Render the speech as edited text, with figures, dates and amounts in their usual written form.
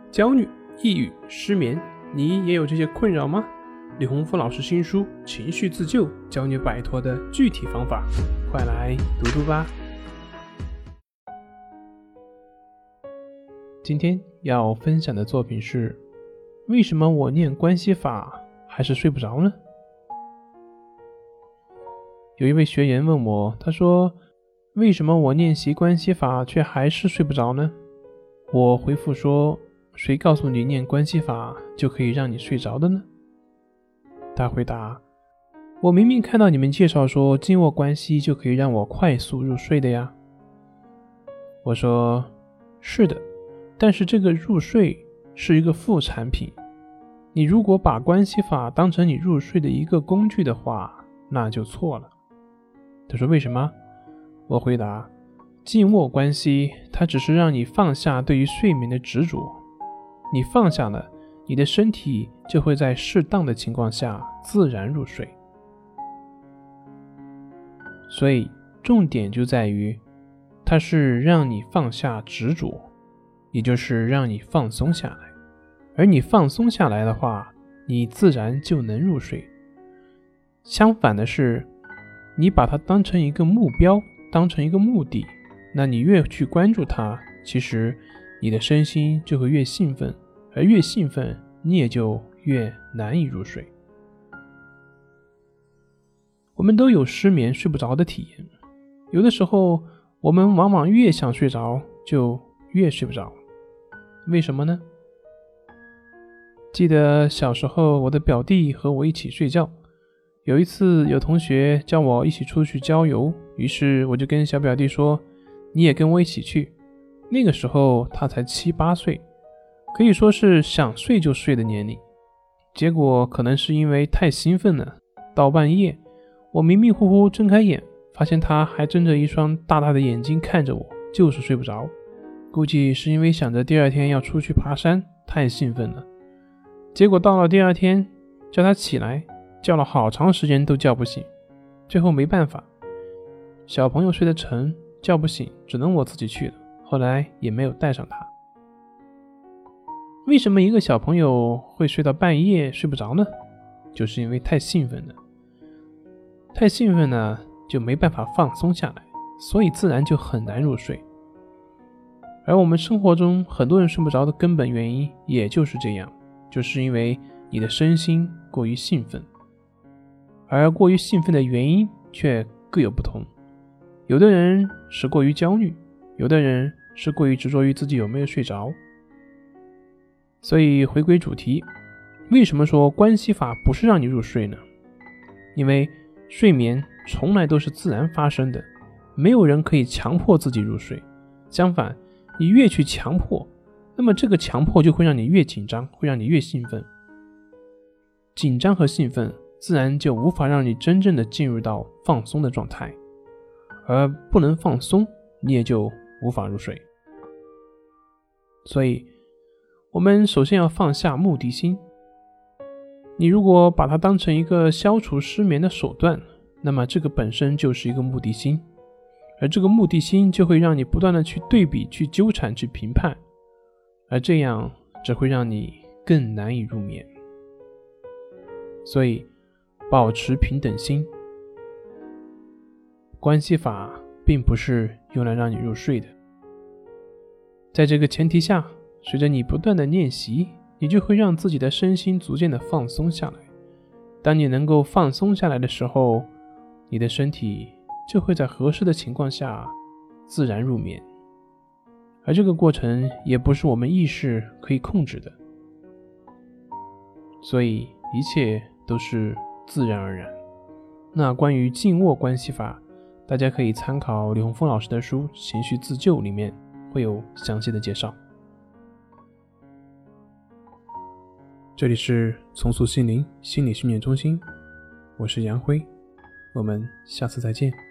焦虑、抑郁、失眠，你也有这些困扰吗？李洪福老师新书《情绪自救》教你摆脱的具体方法，快来读读吧。今天要分享的作品是：为什么我念关系法还是睡不着呢？有一位学员问我，他说：为什么我练习关系法却还是睡不着呢？我回复说：谁告诉你念关系法就可以让你睡着的呢？他回答：我明明看到你们介绍说静卧关系就可以让我快速入睡的呀。我说：是的，但是这个入睡是一个副产品，你如果把关系法当成你入睡的一个工具的话，那就错了。他说：为什么？我回答：静卧关系它只是让你放下对于睡眠的执着，你放下了，你的身体就会在适当的情况下自然入睡。所以重点就在于它是让你放下执着，也就是让你放松下来，而你放松下来的话，你自然就能入睡。相反的是，你把它当成一个目标，当成一个目的，那你越去关注它，其实你的身心就会越兴奋，而越兴奋，你也就越难以入睡。我们都有失眠睡不着的体验，有的时候我们往往越想睡着就越睡不着，为什么呢？记得小时候我的表弟和我一起睡觉，有一次有同学叫我一起出去郊游，于是我就跟小表弟说，你也跟我一起去。那个时候他才7、8岁，可以说是想睡就睡的年龄。结果可能是因为太兴奋了，到半夜我迷迷糊糊睁开眼，发现他还睁着一双大大的眼睛看着我，就是睡不着。估计是因为想着第二天要出去爬山，太兴奋了。结果到了第二天叫他起来，叫了好长时间都叫不醒，最后没办法，小朋友睡得沉，叫不醒，只能我自己去了，后来也没有带上他。为什么一个小朋友会睡到半夜睡不着呢？就是因为太兴奋了，太兴奋了就没办法放松下来，所以自然就很难入睡。而我们生活中很多人睡不着的根本原因也就是这样，就是因为你的身心过于兴奋，而过于兴奋的原因却各有不同。有的人是过于焦虑，有的人是过于执着于自己有没有睡着。所以回归主题，为什么说关系法不是让你入睡呢？因为睡眠从来都是自然发生的，没有人可以强迫自己入睡。相反，你越去强迫，那么这个强迫就会让你越紧张，会让你越兴奋。紧张和兴奋自然就无法让你真正的进入到放松的状态，而不能放松，你也就无法入睡。所以我们首先要放下目的心。你如果把它当成一个消除失眠的手段，那么这个本身就是一个目的心，而这个目的心就会让你不断的去对比，去纠缠，去评判，而这样只会让你更难以入眠。所以保持平等心，关系法并不是用来让你入睡的。在这个前提下，随着你不断的练习，你就会让自己的身心逐渐的放松下来。当你能够放松下来的时候，你的身体就会在合适的情况下自然入眠，而这个过程也不是我们意识可以控制的，所以一切都是自然而然。那关于静卧关系法，大家可以参考李洪峰老师的书《情绪自救》，里面会有详细的介绍。这里是重塑心灵心理训练中心，我是杨辉，我们下次再见。